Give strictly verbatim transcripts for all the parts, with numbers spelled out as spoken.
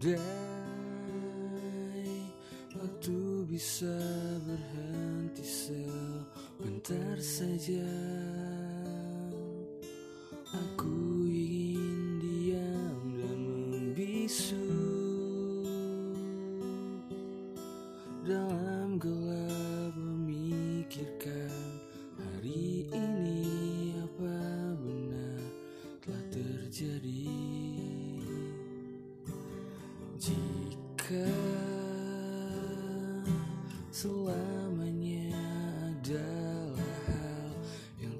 Andai waktu bisa berhenti sebentar saja, aku ingin diam dan membisu dalam gelap, memikirkan hari ini apa benar telah terjadi. Jika selamanya adalah hal yang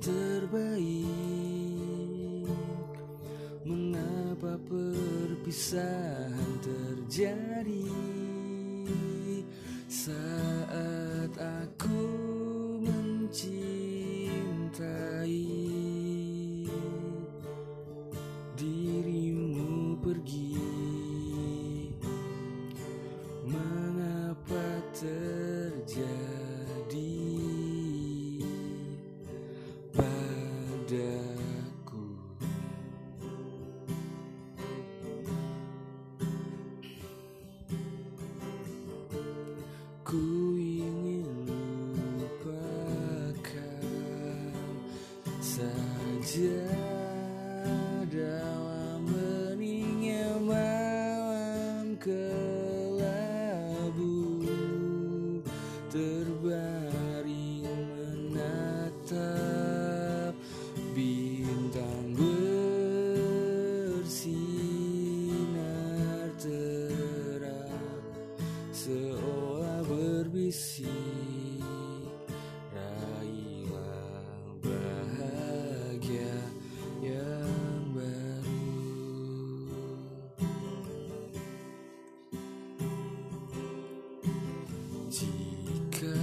terbaik, mengapa perpisahan terjadi saat aku mencintai dirimu pergi? Mengapa terjadi padaku? Ku ingin lupakan saja dalam heningnya malam kelabu, terbaring menatap bintang bersinar terang, seolah berbisik, raihlah bahagia yang baru. Jika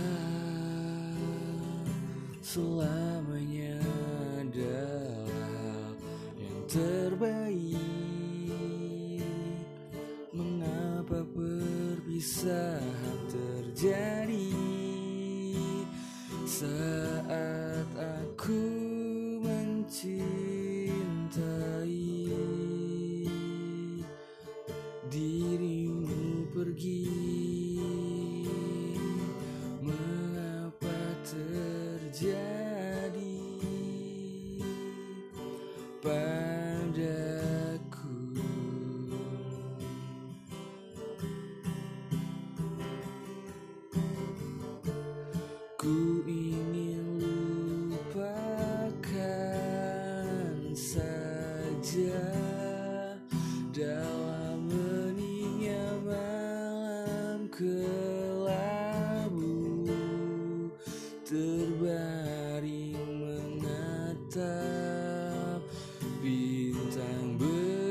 selamanya adalah yang terbaik, mengapa perpisahan terjadi saat aku mencintai dirimu pergi? Mengapa terjadi padaku? Ku ingin lupakan saja dalam heningnya malam kelabu, terbaring menatap bintang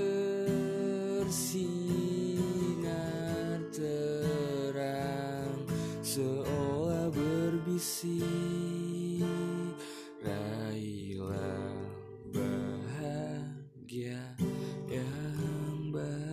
bersinar terang, seolah berbisik, raihlah bahagia yang baru.